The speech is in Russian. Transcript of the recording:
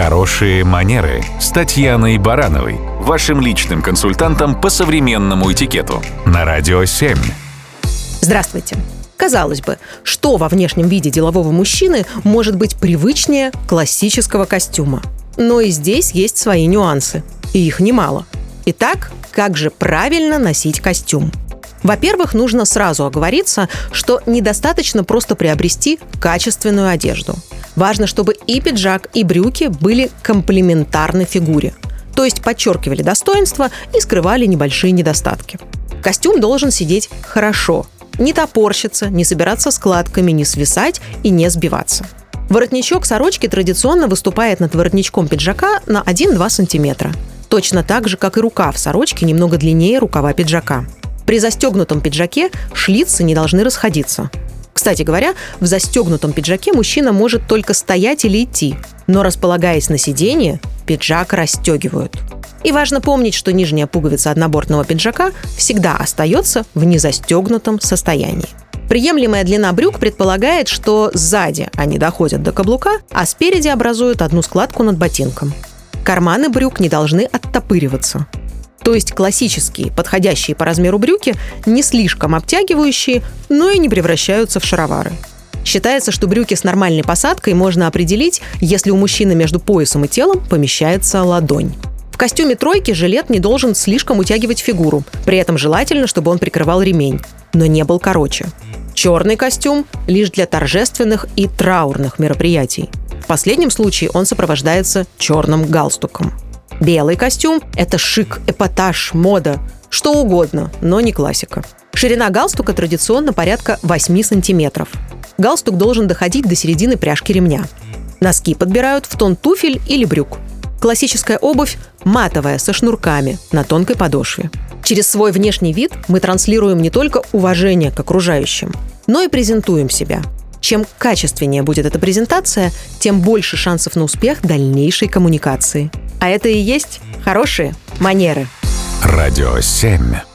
Хорошие манеры с Татьяной Барановой, вашим личным консультантом по современному этикету на Радио 7. Здравствуйте. Казалось бы, что во внешнем виде делового мужчины может быть привычнее классического костюма? Но и здесь есть свои нюансы, и их немало. Итак, как же правильно носить костюм? Во-первых, нужно сразу оговориться, что недостаточно просто приобрести качественную одежду. Важно, чтобы и пиджак, и брюки были комплементарны фигуре, то есть подчеркивали достоинства и скрывали небольшие недостатки. Костюм должен сидеть хорошо, не топорщиться, не собираться складками, не свисать и не сбиваться. Воротничок сорочки традиционно выступает над воротничком пиджака на 1-2 сантиметра. Точно так же, как и рукав сорочки немного длиннее рукава пиджака. При застегнутом пиджаке шлицы не должны расходиться. Кстати говоря, в застегнутом пиджаке мужчина может только стоять или идти, но, располагаясь на сиденье, пиджак расстегивают. И важно помнить, что нижняя пуговица однобортного пиджака всегда остается в незастегнутом состоянии. Приемлемая длина брюк предполагает, что сзади они доходят до каблука, а спереди образуют одну складку над ботинком. Карманы брюк не должны оттопыриваться. То есть классические, подходящие по размеру брюки, не слишком обтягивающие, но и не превращаются в шаровары. Считается, что брюки с нормальной посадкой можно определить, если у мужчины между поясом и телом помещается ладонь. В костюме тройки жилет не должен слишком утягивать фигуру, при этом желательно, чтобы он прикрывал ремень, но не был короче. Черный костюм лишь для торжественных и траурных мероприятий. В последнем случае он сопровождается черным галстуком. Белый костюм – это шик, эпатаж, мода, что угодно, но не классика. Ширина галстука традиционно порядка 8 сантиметров. Галстук должен доходить до середины пряжки ремня. Носки подбирают в тон туфель или брюк. Классическая обувь – матовая, со шнурками, на тонкой подошве. Через свой внешний вид мы транслируем не только уважение к окружающим, но и презентуем себя. Чем качественнее будет эта презентация, тем больше шансов на успех дальнейшей коммуникации. А это и есть хорошие манеры. Радио 7.